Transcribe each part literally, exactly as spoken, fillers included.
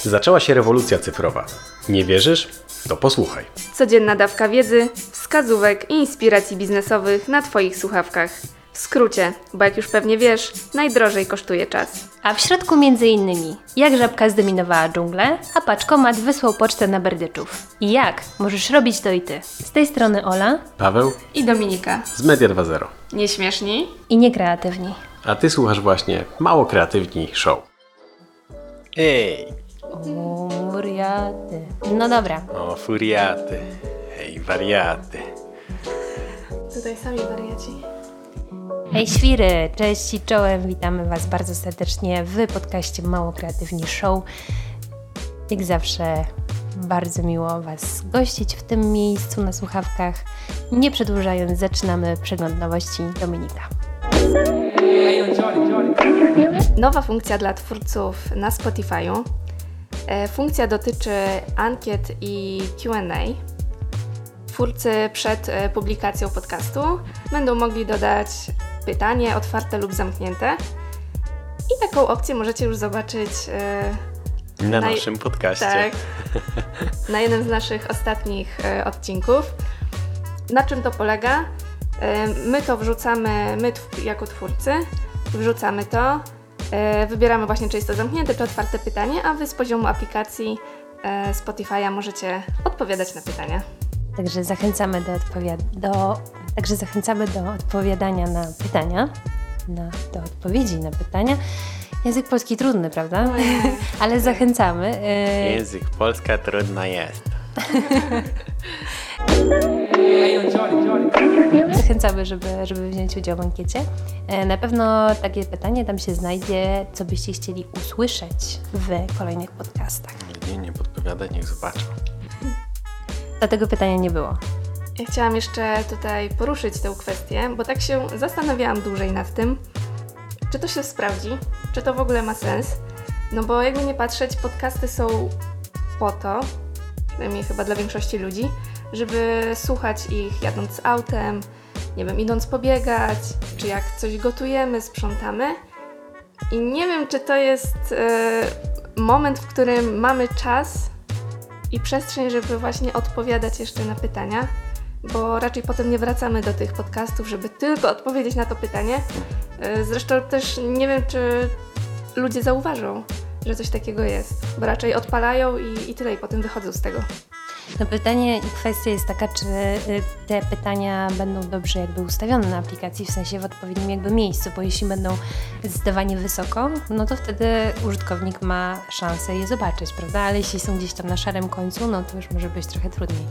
Zaczęła się rewolucja cyfrowa. Nie wierzysz? To posłuchaj. Codzienna dawka wiedzy, wskazówek i inspiracji biznesowych na Twoich słuchawkach. W skrócie, bo jak już pewnie wiesz, najdrożej kosztuje czas. A w środku między innymi, jak żabka zdominowała dżunglę, a paczkomat wysłał pocztę na berdyczów. I jak możesz robić to i ty. Z tej strony Ola Paweł I Dominika. z Media dwa zero. Nieśmieszni? i niekreatywni. A ty słuchasz właśnie Mało Kreatywni Show. Ej! O, muriaty. No dobra. O, furiaty. Hej, wariaty. Tutaj sami wariaci. Hej świry, cześć i czołem, witamy Was bardzo serdecznie w podcaście Mało Kreatywni Show. Jak zawsze bardzo miło Was gościć w tym miejscu na słuchawkach. Nie przedłużając, zaczynamy przegląd nowości. Dominika. Nowa funkcja dla twórców na Spotify'u. E, funkcja dotyczy ankiet i Q and A. Twórcy przed e, publikacją podcastu będą mogli dodać pytanie otwarte lub zamknięte. I taką opcję możecie już zobaczyć e, Na, na naszym podcaście. Tak, na jednym z naszych ostatnich e, odcinków. Na czym to polega? E, my to wrzucamy, my tw- jako twórcy wrzucamy to, e, wybieramy właśnie, czy jest to zamknięte, czy otwarte pytanie, a Wy z poziomu aplikacji e, Spotify'a możecie odpowiadać na pytania. Także zachęcamy do, odpowiad- do, także zachęcamy do odpowiadania na pytania, na, do odpowiedzi na pytania. Język polski trudny, prawda? Ale zachęcamy. y- Język polska trudna jest. Zachęcamy, żeby, żeby wziąć udział w ankiecie. E, Na pewno takie pytanie tam się znajdzie, co byście chcieli usłyszeć w kolejnych podcastach. Nie, nie podpowiadaj, niech zobaczą. Dlatego pytania nie było. Ja chciałam jeszcze tutaj poruszyć tę kwestię, bo tak się zastanawiałam dłużej nad tym, czy to się sprawdzi, czy to w ogóle ma sens. No bo jakby nie patrzeć, podcasty są po to, przynajmniej chyba dla większości ludzi, żeby słuchać ich jadąc autem, nie wiem, idąc pobiegać, czy jak coś gotujemy, sprzątamy. I nie wiem, czy to jest e, moment, w którym mamy czas i przestrzeń, żeby właśnie odpowiadać jeszcze na pytania, bo raczej potem nie wracamy do tych podcastów, żeby tylko odpowiedzieć na to pytanie. E, Zresztą też nie wiem, czy ludzie zauważą, że coś takiego jest, bo raczej odpalają i, i tyle, i potem wychodzą z tego. No pytanie i kwestia jest taka, czy y, te pytania będą dobrze jakby ustawione na aplikacji, w sensie w odpowiednim jakby miejscu, bo jeśli będą zdecydowanie wysoko, no to wtedy użytkownik ma szansę je zobaczyć, prawda? Ale jeśli są gdzieś tam na szarym końcu, no to już może być trochę trudniej.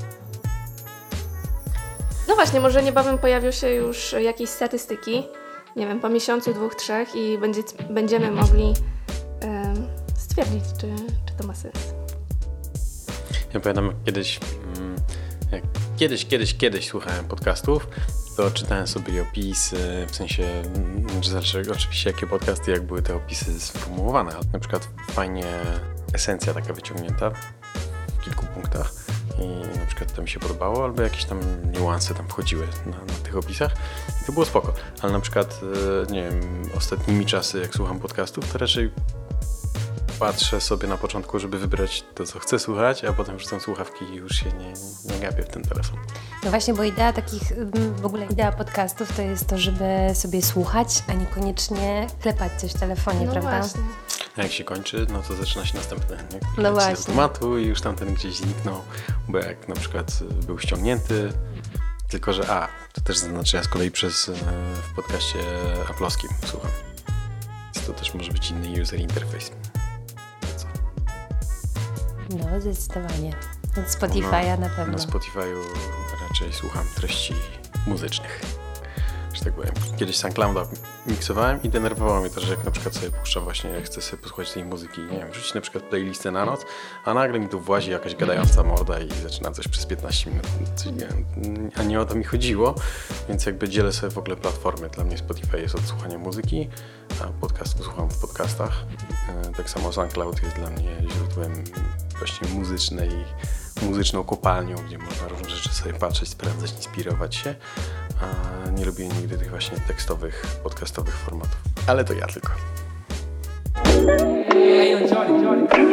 No właśnie, może niebawem pojawią się już jakieś statystyki, nie wiem, po miesiącu, dwóch, trzech i będzie, będziemy mogli em, stwierdzić, czy, czy to ma sens. Ja pamiętam jak kiedyś, mm, jak kiedyś, kiedyś, kiedyś słuchałem podcastów, to czytałem sobie opisy, w sensie, mm, znaczy, oczywiście jakie podcasty, jak były te opisy sformułowane. Na przykład fajnie esencja taka wyciągnięta w kilku punktach i na przykład to mi się podobało, albo jakieś tam niuanse tam wchodziły na, na tych opisach i to było spoko. Ale na przykład, nie wiem, ostatnimi czasy jak słucham podcastów, to raczej patrzę sobie na początku, żeby wybrać to, co chcę słuchać, a potem wrzucam słuchawki i już się nie, nie gapię w ten telefon. No właśnie, bo idea takich, w ogóle idea podcastów to jest to, żeby sobie słuchać, a niekoniecznie klepać coś w telefonie, No prawda? właśnie. A jak się kończy, no to zaczyna się następny. Nie? No Leci właśnie. z automatu i już tamten gdzieś zniknął, bo jak na przykład był ściągnięty, tylko że a, to też znaczy ja z kolei przez w podcaście aplowskim słucham. Więc to też może być inny user interface. Co? No, zdecydowanie. Od Spotify'a na pewno. Na Spotify'u raczej słucham treści muzycznych. Że tak powiem. Kiedyś SoundClouda miksowałem i denerwowało mnie to, że jak na przykład sobie puszczam właśnie, jak chcę sobie posłuchać tej muzyki, nie wiem, wrzucić na przykład playlistę na noc, a nagle mi tu włazi jakaś gadająca morda i zaczyna coś przez piętnaście minut. Coś, nie wiem, a nie o to mi chodziło, więc jakby dzielę sobie w ogóle platformy. Dla mnie Spotify jest od słuchania muzyki, a podcastów słucham w podcastach. Tak samo SoundCloud jest dla mnie źródłem właśnie muzycznej, muzyczną kopalnią, gdzie można różne rzeczy sobie patrzeć, sprawdzać, inspirować się. A nie lubię nigdy tych właśnie tekstowych, podcastowych formatów. Ale to ja tylko.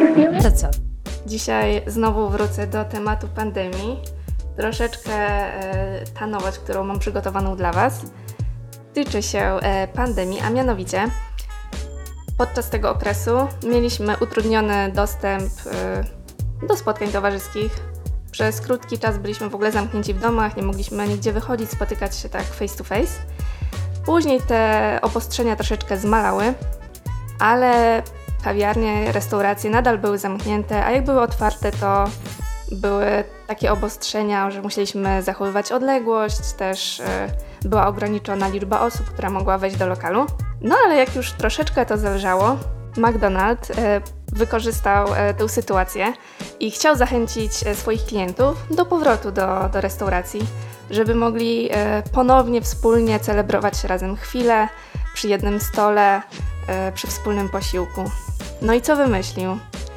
To co? Dzisiaj znowu wrócę do tematu pandemii. Troszeczkę e, ta nowość, którą mam przygotowaną dla Was, tyczy się e, pandemii, a mianowicie podczas tego okresu mieliśmy utrudniony dostęp e, do spotkań towarzyskich. Przez krótki czas byliśmy w ogóle zamknięci w domach, nie mogliśmy nigdzie wychodzić, spotykać się tak face to face. Później te obostrzenia troszeczkę zmalały, ale kawiarnie, restauracje nadal były zamknięte, a jak były otwarte, to były takie obostrzenia, że musieliśmy zachowywać odległość, też e, była ograniczona liczba osób, która mogła wejść do lokalu. No ale jak już troszeczkę to zelżało, McDonald's e, wykorzystał e, tę sytuację i chciał zachęcić e, swoich klientów do powrotu do, do restauracji, żeby mogli e, ponownie wspólnie celebrować razem chwilę przy jednym stole, e, przy wspólnym posiłku. No i co wymyślił? E,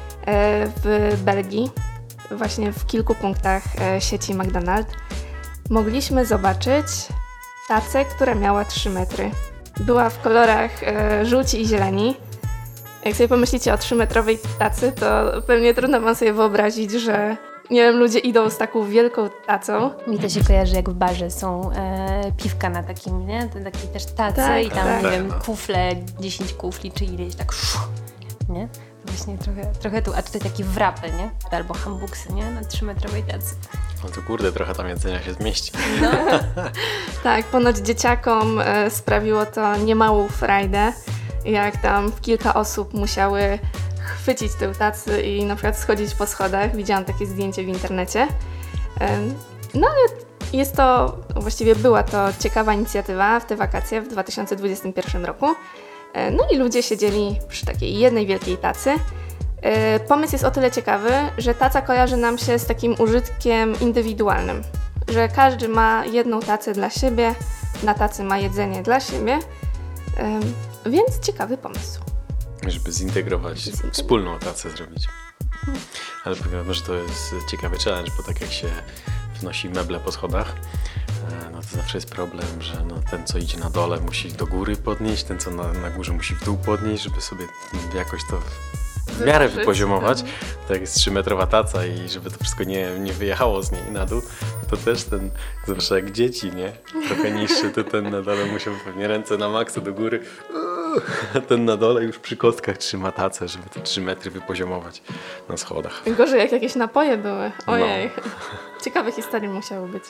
w Belgii, właśnie w kilku punktach e, sieci McDonald's, mogliśmy zobaczyć tacę, która miała trzy metry. Była w kolorach e, żółci i zieleni. Jak sobie pomyślicie o trzymetrowej tacy, to pewnie trudno wam sobie wyobrazić, że nie wiem, ludzie idą z taką wielką tacą. Mi to się kojarzy, jak w barze są e, piwka na takim, nie? To taki też tacy Tak, i tam, tak. nie wiem, kufle, dziesięć kufli czy ileś, tak szuch, nie? To właśnie trochę, trochę tu, a tutaj takie wrapy, nie? Albo hambuksy, nie? Na trzymetrowej tacy. No to kurde, trochę tam jedzenia się zmieści. No. Tak, ponoć dzieciakom e, sprawiło to niemałą frajdę, jak tam kilka osób musiały chwycić tę tacę i na przykład schodzić po schodach. Widziałam takie zdjęcie w internecie. E, no ale jest to, właściwie była to ciekawa inicjatywa w te wakacje w dwa tysiące dwudziestym pierwszym roku. E, no i ludzie siedzieli przy takiej jednej wielkiej tacy. E, pomysł jest o tyle ciekawy, że taca kojarzy nam się z takim użytkiem indywidualnym, że każdy ma jedną tacę dla siebie, na tacy ma jedzenie dla siebie, e, więc ciekawy pomysł. Żeby zintegrować, Zintegrować. wspólną tacę zrobić. Ale powiem, że to jest ciekawy challenge, bo tak jak się wnosi meble po schodach, e, no to zawsze jest problem, że no, ten, co idzie na dole, musi do góry podnieść, ten, co na, na górze, musi w dół podnieść, żeby sobie jakoś to w miarę Wyważyć. wypoziomować. Tak jak jest trzymetrowa taca i żeby to wszystko nie, nie wyjechało z niej na dół, to też ten, zawsze jak dzieci, nie? Trochę niższy, to ten na dole musiał pewnie ręce na maksa do góry, a ten na dole już przy kostkach trzyma tacę, żeby te trzy metry wypoziomować na schodach. Gorzej jak jakieś napoje były. Ojej. No. Ciekawe historie musiały być.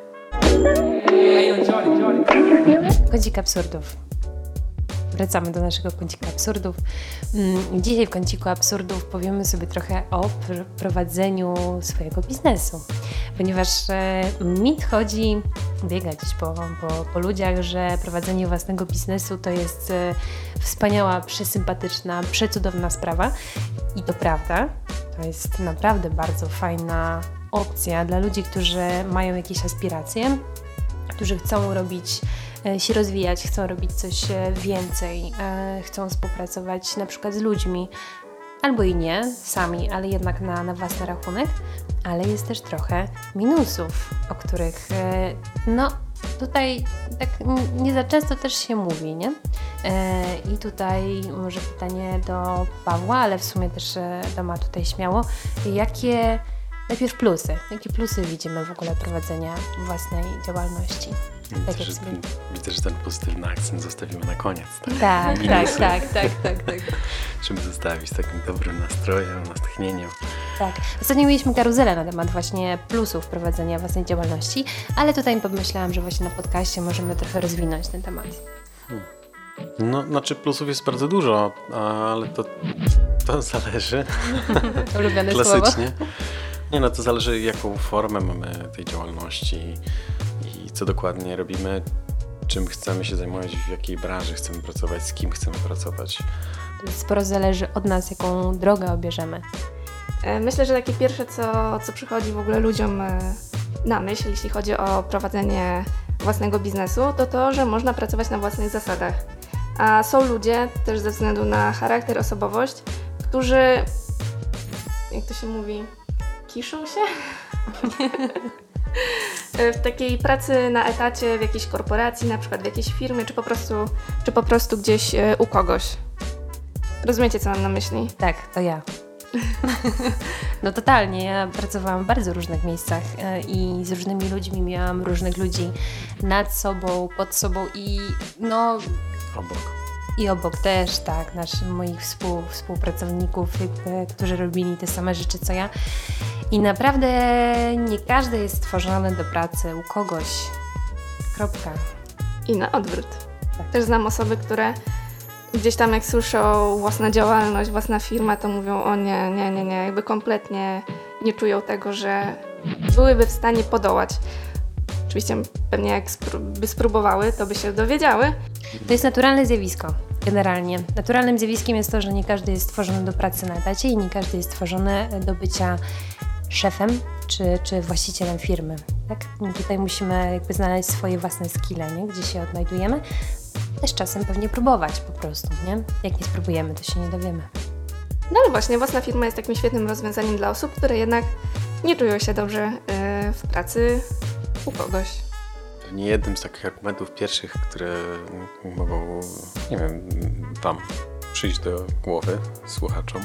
Kącik absurdów. Wracamy do naszego kącika absurdów. Mm, Dzisiaj w kąciku absurdów powiemy sobie trochę o pr- prowadzeniu swojego biznesu. Ponieważ e, mit chodzi, biega gdzieś po, po, po ludziach, że prowadzenie własnego biznesu to jest e, wspaniała, przesympatyczna, przecudowna sprawa. I to prawda. To jest naprawdę bardzo fajna opcja dla ludzi, którzy mają jakieś aspiracje, którzy chcą robić, e, się rozwijać, chcą robić coś e, więcej, e, chcą współpracować na przykład z ludźmi, albo i nie, sami, ale jednak na, na własny rachunek, ale jest też trochę minusów, o których e, no tutaj tak n- nie za często też się mówi, nie? E, I tutaj może pytanie do Pawła, ale w sumie też e, Doma tutaj śmiało, jakie najpierw plusy, jakie plusy widzimy w ogóle prowadzenia własnej działalności? Widzę, Tak jak że sobie- ten, widzę, że ten pozytywny akcent zostawimy na koniec. Tak? Tak, tak, Minusy. tak, tak, tak, tak. Żeby zostawić z takim dobrym nastrojem, natchnieniem. Tak. Ostatnio mieliśmy karuzelę na temat właśnie plusów prowadzenia własnej działalności, ale tutaj pomyślałam, że właśnie na podcaście możemy trochę rozwinąć ten temat. No, znaczy plusów jest bardzo dużo, ale to, to zależy. Ulubione słowo. Klasycznie. Nie no, to zależy jaką formę mamy tej działalności i co dokładnie robimy, czym chcemy się zajmować, w jakiej branży chcemy pracować, z kim chcemy pracować. Sporo zależy od nas, jaką drogę obierzemy. E, Myślę, że takie pierwsze, co, co przychodzi w ogóle ludziom e, na myśl, jeśli chodzi o prowadzenie własnego biznesu, to to, że można pracować na własnych zasadach. A są ludzie, też ze względu na charakter, osobowość, którzy, jak to się mówi, kiszą się w takiej pracy na etacie w jakiejś korporacji, na przykład w jakiejś firmie, czy po prostu, czy po prostu gdzieś e, u kogoś. Rozumiecie, co mam na myśli? Tak, to ja. No totalnie, ja pracowałam w bardzo różnych miejscach e, i z różnymi ludźmi, miałam różnych ludzi nad sobą, pod sobą i no... Obok. I obok też, tak, naszych moich współ, współpracowników, jakby, którzy robili te same rzeczy co ja. I naprawdę nie każdy jest stworzony do pracy u kogoś. Kropka. I na odwrót. Tak. Też znam osoby, które gdzieś tam jak słyszą własna działalność, własna firma, to mówią o nie, nie, nie, nie, jakby kompletnie nie czują tego, że byłyby w stanie podołać. Oczywiście pewnie jak spró- by spróbowały, to by się dowiedziały. To jest naturalne zjawisko, generalnie. Naturalnym zjawiskiem jest to, że nie każdy jest stworzony do pracy na etacie i nie każdy jest stworzony do bycia szefem czy, czy właścicielem firmy. Tak? I tutaj musimy jakby znaleźć swoje własne skille, nie? Gdzie się odnajdujemy. Też czasem pewnie próbować po prostu, nie? Jak nie spróbujemy, to się nie dowiemy. No ale właśnie, własna firma jest takim świetnym rozwiązaniem dla osób, które jednak nie czują się dobrze yy, w pracy u kogoś. Nie jednym z takich argumentów pierwszych, które mogą, nie wiem, wam przyjść do głowy, słuchaczom,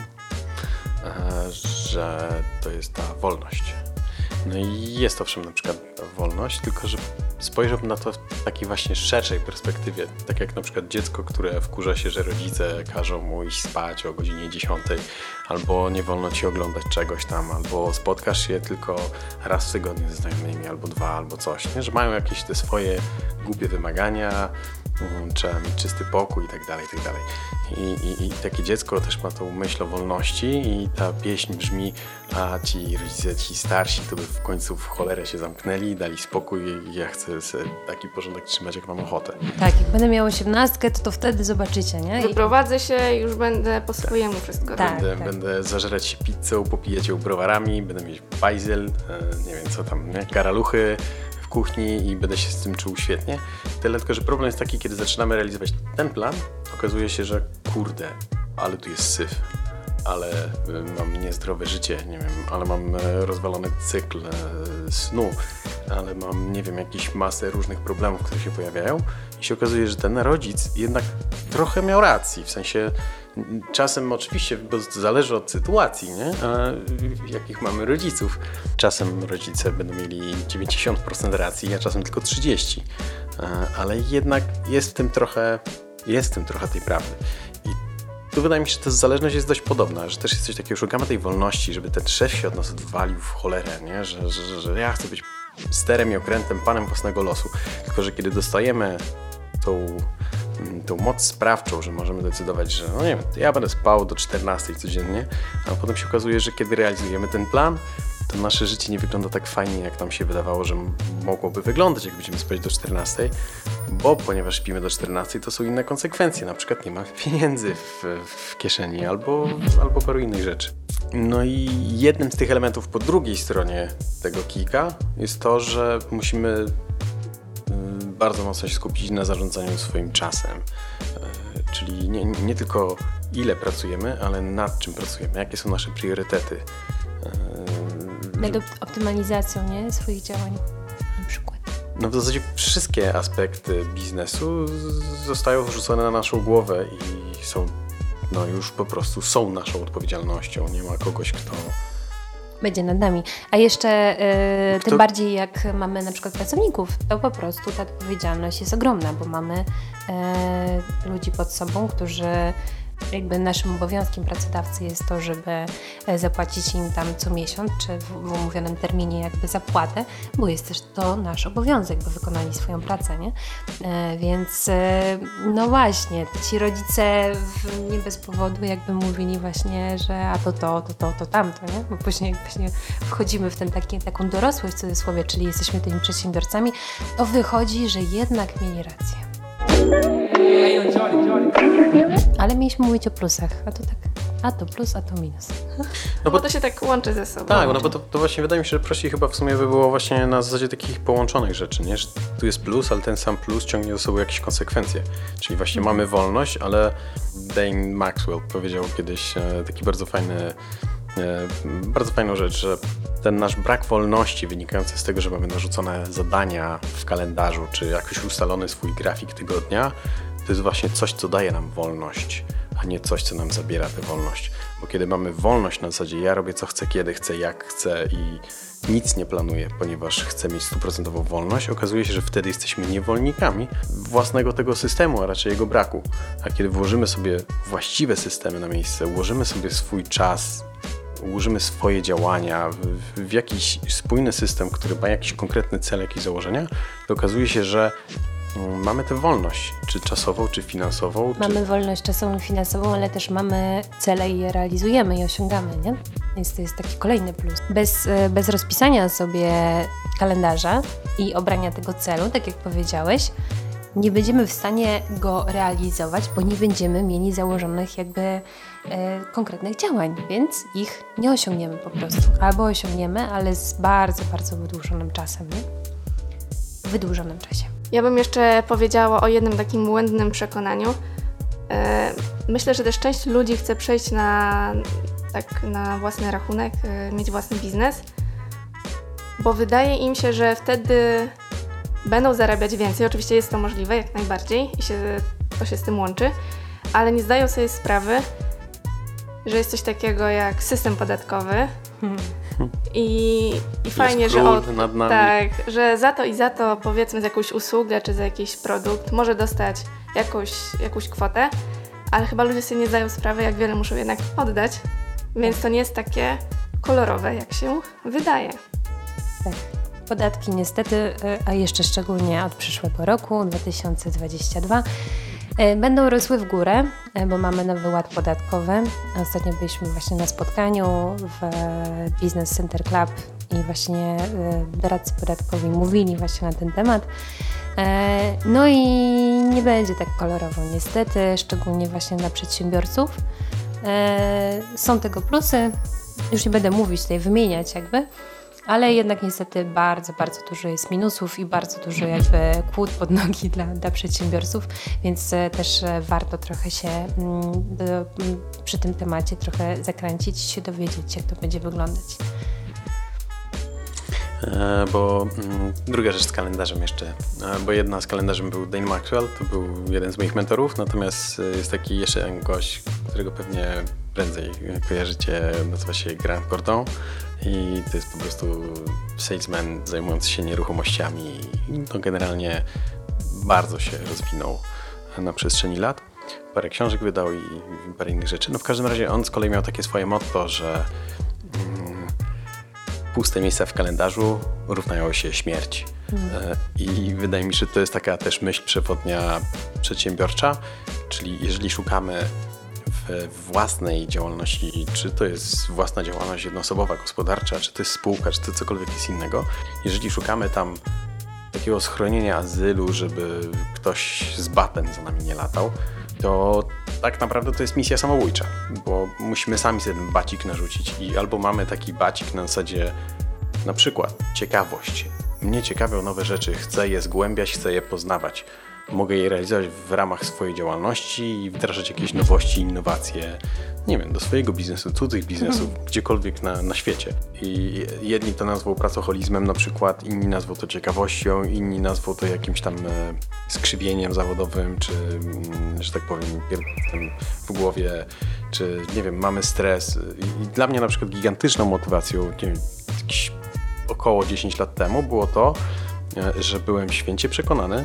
że to jest ta wolność. No i jest owszem na przykład ta wolność, tylko że spojrzałbym na to w takiej właśnie szerszej perspektywie. Tak jak na przykład dziecko, które wkurza się, że rodzice każą mu iść spać o godzinie dziesiątej, albo nie wolno ci oglądać czegoś tam, albo spotkasz się tylko raz w tygodniu ze znajomymi, albo dwa, albo coś, nie? Że mają jakieś te swoje głupie wymagania, um, trzeba mieć czysty pokój i tak dalej, i tak dalej. I, i, I takie dziecko też ma tą myśl o wolności i ta pieśń brzmi, a ci rodzice, ci starsi to by w końcu w cholerę się zamknęli, dali spokój i ja chcę sobie taki porządek trzymać, jak mam ochotę. Tak, jak będę miała osiemnastkę, to, to wtedy zobaczycie, nie? I... Wyprowadzę się, już będę po swojemu wszystko Tak. robić. Będę, tak. będę zażerać się pizzą, popijać ją browarami, będę mieć bajzel, e, nie wiem co tam, nie? Karaluchy w kuchni i będę się z tym czuł świetnie. Tyle tylko, że problem jest taki, kiedy zaczynamy realizować ten plan, okazuje się, że kurde, ale tu jest syf, ale y, mam niezdrowe życie, nie wiem, ale mam e, rozwalony cykl e, snu, ale mam, nie wiem, jakieś masę różnych problemów, które się pojawiają i się okazuje, że ten rodzic jednak trochę miał racji, w sensie m, czasem oczywiście, bo zależy od sytuacji, nie? A, y, jakich mamy rodziców. Czasem rodzice będą mieli dziewięćdziesiąt procent racji, a czasem tylko trzydzieści procent, a, ale jednak jest w tym trochę, jest w tym trochę tej prawdy. I tu wydaje mi się, że ta zależność jest dość podobna, że też jest coś takiego, szukamy tej wolności, żeby ten szef się od nas odwalił w cholerę, nie? Że, że, że, że ja chcę być sterem i okrętem, panem własnego losu. Tylko że kiedy dostajemy tą, tą moc sprawczą, że możemy decydować, że no nie wiem, ja będę spał do czternastej codziennie, a potem się okazuje, że kiedy realizujemy ten plan, to nasze życie nie wygląda tak fajnie, jak nam się wydawało, że mogłoby wyglądać, jak będziemy spać do czternastej, bo ponieważ śpimy do czternastej, to są inne konsekwencje, na przykład nie ma pieniędzy w, w kieszeni albo, albo paru innych rzeczy. No i jednym z tych elementów po drugiej stronie tego kijka jest to, że musimy y, bardzo mocno się skupić na zarządzaniu swoim czasem, y, czyli nie, nie tylko ile pracujemy, ale nad czym pracujemy, jakie są nasze priorytety. Nad optymalizacją, nie? Swoich działań na przykład. No w zasadzie wszystkie aspekty biznesu z- zostają wrzucone na naszą głowę i są, no już po prostu są naszą odpowiedzialnością. Nie ma kogoś, kto... Będzie nad nami. A jeszcze yy, Kto- tym bardziej jak mamy na przykład pracowników, to po prostu ta odpowiedzialność jest ogromna, bo mamy yy, ludzi pod sobą, którzy jakby naszym obowiązkiem pracodawcy jest to, żeby e, zapłacić im tam co miesiąc, czy w, w umówionym terminie jakby zapłatę, bo jest też to nasz obowiązek, bo wykonali swoją pracę, nie? E, więc e, no właśnie, ci rodzice w, nie bez powodu jakby mówili właśnie, że a to to, to to, to tamto, nie? Bo później jak właśnie wchodzimy w ten taki, taką dorosłość w cudzysłowie, czyli jesteśmy tymi przedsiębiorcami, to wychodzi, że jednak mieli rację. Ale mieliśmy mówić o plusach, a to tak, a to plus, a to minus. No bo to się tak łączy ze sobą. Tak, no bo to, to właśnie wydaje mi się, że prościej chyba w sumie by było właśnie na zasadzie takich połączonych rzeczy, nie? Że tu jest plus, ale ten sam plus ciągnie za sobą jakieś konsekwencje. Czyli właśnie mamy wolność, ale Dane Maxwell powiedział kiedyś e, taki bardzo fajny, e, bardzo fajną rzecz, że ten nasz brak wolności wynikający z tego, że mamy narzucone zadania w kalendarzu, czy jakoś ustalony swój grafik tygodnia, to jest właśnie coś, co daje nam wolność. a nie coś, co nam zabiera tę wolność. Bo kiedy mamy wolność na zasadzie ja robię co chcę, kiedy chcę, jak chcę i nic nie planuję, ponieważ chcę mieć stuprocentową wolność, okazuje się, że wtedy jesteśmy niewolnikami własnego tego systemu, a raczej jego braku. A kiedy włożymy sobie właściwe systemy na miejsce, ułożymy sobie swój czas, ułożymy swoje działania w, w jakiś spójny system, który ma jakiś konkretny cel, jakieś założenia, to okazuje się, że mamy tę wolność, czy czasową, czy finansową. Mamy czy... wolność czasową i finansową, ale też mamy cele i je realizujemy i osiągamy, nie? Więc to jest taki kolejny plus. Bez, bez rozpisania sobie kalendarza i obrania tego celu, tak jak powiedziałeś, nie będziemy w stanie go realizować, bo nie będziemy mieli założonych jakby e, konkretnych działań, więc ich nie osiągniemy po prostu. Albo osiągniemy, ale z bardzo, bardzo wydłużonym czasem, nie? W wydłużonym czasie. Ja bym jeszcze powiedziała o jednym takim błędnym przekonaniu. E, Myślę, że też część ludzi chce przejść na, tak, na własny rachunek, e, mieć własny biznes, bo wydaje im się, że wtedy będą zarabiać więcej. Oczywiście jest to możliwe, jak najbardziej i się, to się z tym łączy, ale nie zdają sobie sprawy, że jest coś takiego jak system podatkowy hmm. i, i fajnie, że, o, nad nami. tak, że za to i za to, powiedzmy, za jakąś usługę czy za jakiś produkt może dostać jakąś, jakąś kwotę, ale chyba ludzie sobie nie zdają sprawy, jak wiele muszą jednak oddać, więc to nie jest takie kolorowe, jak się wydaje. Tak. Podatki niestety, a jeszcze szczególnie od przyszłego roku, dwa tysiące dwudziestego drugiego, będą rosły w górę, bo mamy nowy ład podatkowy. Ostatnio byliśmy właśnie na spotkaniu w Business Center Club i właśnie doradcy podatkowi mówili właśnie na ten temat. No i nie będzie tak kolorowo niestety, szczególnie właśnie dla przedsiębiorców. Są tego plusy, już nie będę mówić tutaj, wymieniać jakby, ale jednak niestety bardzo, bardzo dużo jest minusów i bardzo dużo jakby kłód pod nogi dla, dla przedsiębiorców, więc też warto trochę się do, przy tym temacie trochę zakręcić i się dowiedzieć, jak to będzie wyglądać. E, bo m, druga rzecz z kalendarzem jeszcze, e, bo jedna z kalendarzem był Dane Maxwell, to był jeden z moich mentorów, natomiast jest taki jeszcze jeden gość, którego pewnie prędzej kojarzycie, nazywa się Grant Cardone i to jest po prostu salesman zajmujący się nieruchomościami i to generalnie bardzo się rozwinął na przestrzeni lat. Parę książek wydał i parę innych rzeczy. No w każdym razie on z kolei miał takie swoje motto, że mm, puste miejsca w kalendarzu równają się śmierć. Mm. I wydaje mi się, że to jest taka też myśl przewodnia przedsiębiorcza, czyli jeżeli szukamy w własnej działalności, czy to jest własna działalność jednoosobowa, gospodarcza, czy to jest spółka, czy to cokolwiek jest innego, jeżeli szukamy tam takiego schronienia, azylu, żeby ktoś z batem za nami nie latał, to tak naprawdę to jest misja samobójcza, bo musimy sami sobie ten bacik narzucić i albo mamy taki bacik na zasadzie na przykład ciekawość. Mnie ciekawią nowe rzeczy, chcę je zgłębiać, chcę je poznawać. Mogę je realizować w ramach swojej działalności i wdrażać jakieś nowości, innowacje, nie wiem, do swojego biznesu, cudzych biznesów, mhm. gdziekolwiek na, na świecie. I jedni to nazwą pracoholizmem na przykład, inni nazwą to ciekawością, inni nazwą to jakimś tam e, skrzywieniem zawodowym, czy, m, że tak powiem, pierdolem w głowie, czy nie wiem, mamy stres. I, i dla mnie na przykład gigantyczną motywacją, nie wiem, jakieś około dziesięć lat temu było to, że byłem święcie przekonany,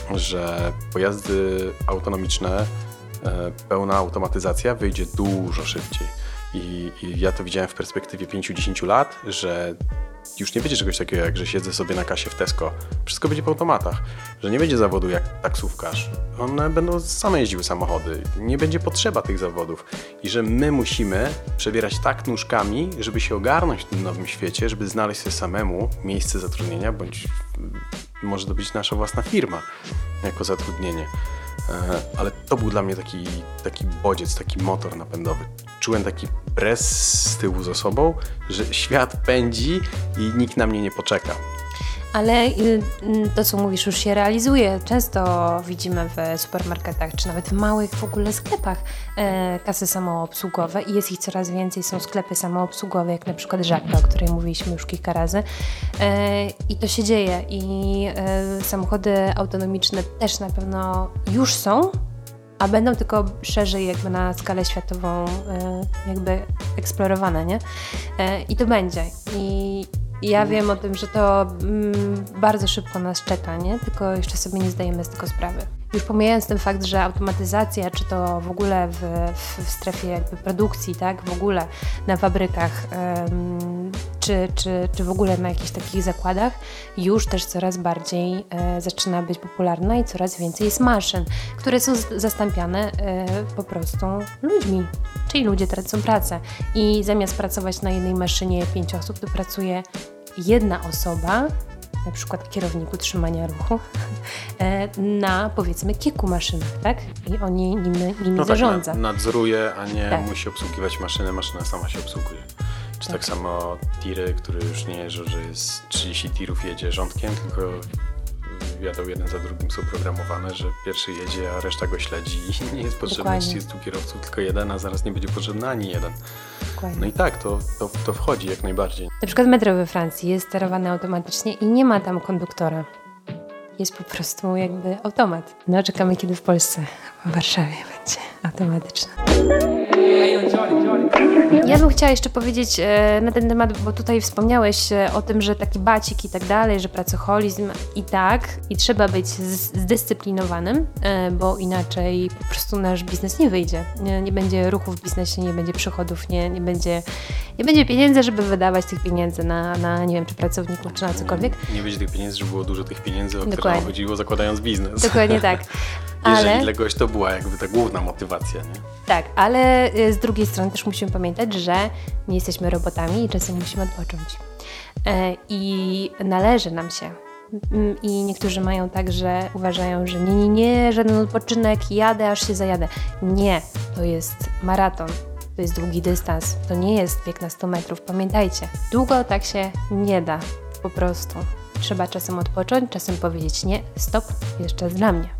że pojazdy autonomiczne, pełna automatyzacja wyjdzie dużo szybciej. I, i ja to widziałem w perspektywie pięć do dziesięciu lat, że już nie będzie czegoś takiego, jak że siedzę sobie na kasie w Tesco. Wszystko będzie po automatach. Że nie będzie zawodu jak taksówkarz. One będą same jeździły samochody. Nie będzie potrzeba tych zawodów. I że my musimy przebierać tak nóżkami, żeby się ogarnąć w tym nowym świecie, żeby znaleźć sobie samemu miejsce zatrudnienia, bądź może to być nasza własna firma jako zatrudnienie. Ale to był dla mnie taki, taki bodziec, taki motor napędowy. Czułem taki pres z tyłu za sobą, że świat pędzi i nikt na mnie nie poczeka. Ale to, co mówisz, już się realizuje. Często widzimy w supermarketach, czy nawet w małych w ogóle sklepach e, kasy samoobsługowe i jest ich coraz więcej. Są sklepy samoobsługowe, jak na przykład Żabka, o której mówiliśmy już kilka razy. E, I to się dzieje. I e, samochody autonomiczne też na pewno już są, a będą tylko szerzej jakby na skalę światową jakby eksplorowane, nie? I to będzie. I ja wiem o tym, że to mm, bardzo szybko nas czeka, nie? Tylko jeszcze sobie nie zdajemy z tego sprawy. Już pomijając ten fakt, że automatyzacja, czy to w ogóle w, w, w strefie jakby produkcji, tak, w ogóle na fabrykach, ym, czy, czy, czy w ogóle na jakichś takich zakładach, już też coraz bardziej y, zaczyna być popularna i coraz więcej jest maszyn, które są z- zastąpiane y, po prostu ludźmi, czyli ludzie tracą pracę i zamiast pracować na jednej maszynie pięć osób, to pracuje jedna osoba, na przykład kierowniku trzymania ruchu, na powiedzmy kilku maszynach, tak? I oni nimi, nimi no zarządza. Tak, nadzoruje, a nie tak. musi obsługiwać maszyny, maszyna sama się obsługuje. Czy tak, tak samo tiry, który już nie jeżdżą, że jest trzydzieści tirów jedzie rządkiem, tylko jadą jeden za drugim, są programowane, że pierwszy jedzie, a reszta go śledzi i nie jest potrzebny trzydziestu kierowców, tylko jeden, a zaraz nie będzie potrzebny ani jeden. Dokładnie. No i tak, to, to, to wchodzi jak najbardziej. Na przykład metro we Francji jest sterowane automatycznie i nie ma tam konduktora. Jest po prostu jakby automat. No czekamy, kiedy w Polsce, w Warszawie będzie automatyczne. Ja bym chciała jeszcze powiedzieć e, na ten temat, bo tutaj wspomniałeś e, o tym, że taki bacik i tak dalej, że pracoholizm i tak, i trzeba być z, zdyscyplinowanym, e, bo inaczej po prostu nasz biznes nie wyjdzie. Nie, nie będzie ruchu w biznesie, nie będzie przychodów, nie, nie, będzie, nie będzie pieniędzy, żeby wydawać tych pieniędzy na, na, nie wiem, czy pracowników, czy na cokolwiek. Nie, nie będzie tych pieniędzy, żeby było dużo tych pieniędzy, o Dokładnie. które nam chodziło zakładając biznes. Dokładnie tak. Jeżeli Ale... dla kogoś to była jakby ta główna motywacja, nie? Tak, ale z drugiej strony też musimy pamiętać, że nie jesteśmy robotami i czasem musimy odpocząć. I należy nam się. I niektórzy mają tak, że uważają, że nie, nie, nie, żaden odpoczynek, jadę, aż się zajadę. Nie, to jest maraton, to jest długi dystans, to nie jest bieg na sto metrów. Pamiętajcie, długo tak się nie da, po prostu. Trzeba czasem odpocząć, czasem powiedzieć nie, stop, jest czas dla mnie.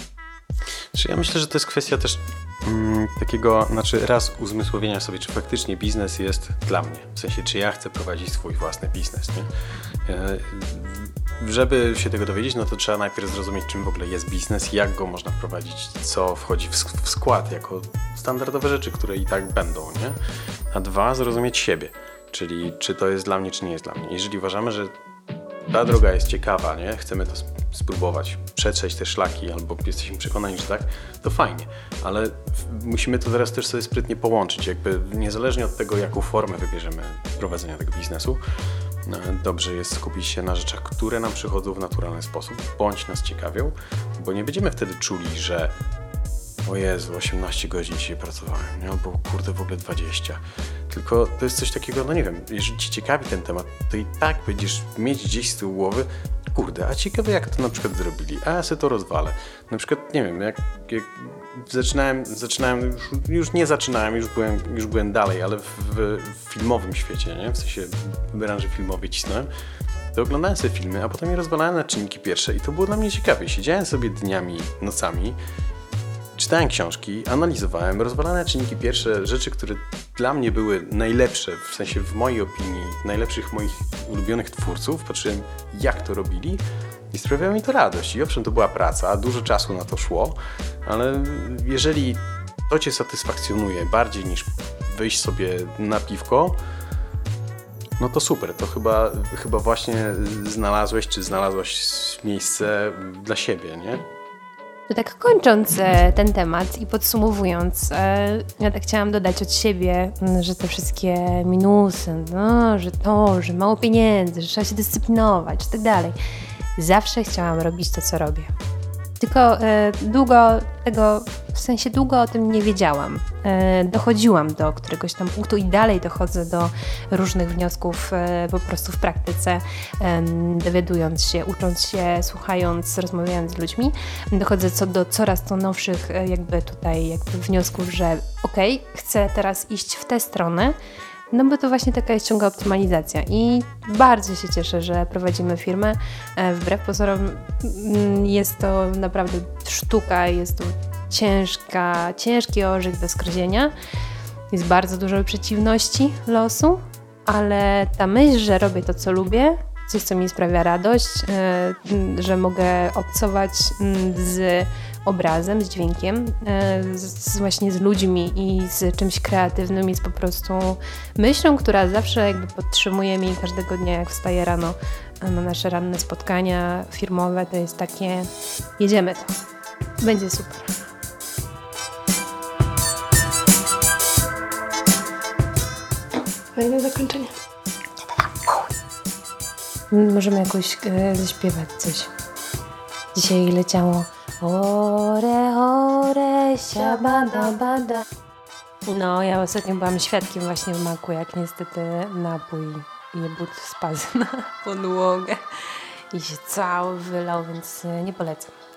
Ja myślę, że to jest kwestia też mm, takiego, znaczy raz uzmysłowienia sobie, czy faktycznie biznes jest dla mnie. W sensie, czy ja chcę prowadzić swój własny biznes, nie? E, żeby się tego dowiedzieć, no to trzeba najpierw zrozumieć, czym w ogóle jest biznes, jak go można prowadzić, co wchodzi w, w skład, jako standardowe rzeczy, które i tak będą, nie? A dwa, zrozumieć siebie, czyli czy to jest dla mnie, czy nie jest dla mnie. Jeżeli uważamy, że ta droga jest ciekawa, nie? Chcemy to spróbować, przetrzeć te szlaki, albo jesteśmy przekonani, że tak, to fajnie, ale musimy to teraz też sobie sprytnie połączyć, jakby niezależnie od tego, jaką formę wybierzemy prowadzenia tego biznesu, dobrze jest skupić się na rzeczach, które nam przychodzą w naturalny sposób, bądź nas ciekawią, bo nie będziemy wtedy czuli, że o Jezu, osiemnaście godzin dzisiaj pracowałem, nie? Albo kurde w ogóle dwadzieścia. Tylko to jest coś takiego, no nie wiem, jeżeli Cię ciekawi ten temat, to i tak będziesz mieć gdzieś z tyłu głowy, kurde, a ciekawe jak to na przykład zrobili, a ja sobie to rozwalę. Na przykład, nie wiem, jak, jak zaczynałem, zaczynałem już, już nie zaczynałem, już byłem, już byłem dalej, ale w, w filmowym świecie, nie? W sensie w branży filmowej cisnąłem, to oglądałem sobie filmy, a potem je rozwalałem na czynniki pierwsze i to było dla mnie ciekawe. Siedziałem sobie dniami, nocami, czytałem książki, analizowałem, rozwalałem na czynniki pierwsze rzeczy, które dla mnie były najlepsze, w sensie w mojej opinii, najlepszych moich ulubionych twórców. Patrzyłem, jak to robili i sprawiało mi to radość. I owszem, to była praca, dużo czasu na to szło, ale jeżeli to Cię satysfakcjonuje bardziej niż wyjść sobie na piwko, no to super, to chyba, chyba właśnie znalazłeś, czy znalazłaś miejsce dla siebie, nie? To tak kończąc e, ten temat i podsumowując, e, ja tak chciałam dodać od siebie, m, że te wszystkie minusy, no, że to, że mało pieniędzy, że trzeba się dyscyplinować i tak dalej. Zawsze chciałam robić to, co robię. Tylko e, długo tego, w sensie długo o tym nie wiedziałam. E, dochodziłam do któregoś tam punktu i dalej dochodzę do różnych wniosków e, po prostu w praktyce, e, dowiadując się, ucząc się, słuchając, rozmawiając z ludźmi. Dochodzę co do coraz to nowszych e, jakby tutaj jakby wniosków, że okej, okay, chcę teraz iść w tę stronę, no bo to właśnie taka jest ciągła optymalizacja i bardzo się cieszę, że prowadzimy firmę. Wbrew pozorom jest to naprawdę sztuka, jest to ciężka, ciężki orzech do skrozienia. Jest bardzo dużo przeciwności losu, ale ta myśl, że robię to, co lubię, coś, co mi sprawia radość, że mogę obcować z obrazem, z dźwiękiem, z, z właśnie z ludźmi i z czymś kreatywnym, jest po prostu myślą, która zawsze jakby podtrzymuje mnie każdego dnia, jak wstaję rano na nasze ranne spotkania firmowe, to jest takie, jedziemy to, będzie super. Fajne zakończenie. Możemy jakoś e, zaśpiewać coś. Dzisiaj leciało ore, ore, siabada, bada. No, ja ostatnio byłam świadkiem właśnie w maku, jak niestety napój jebut spadł na podłogę i się cały wylał, więc nie polecam.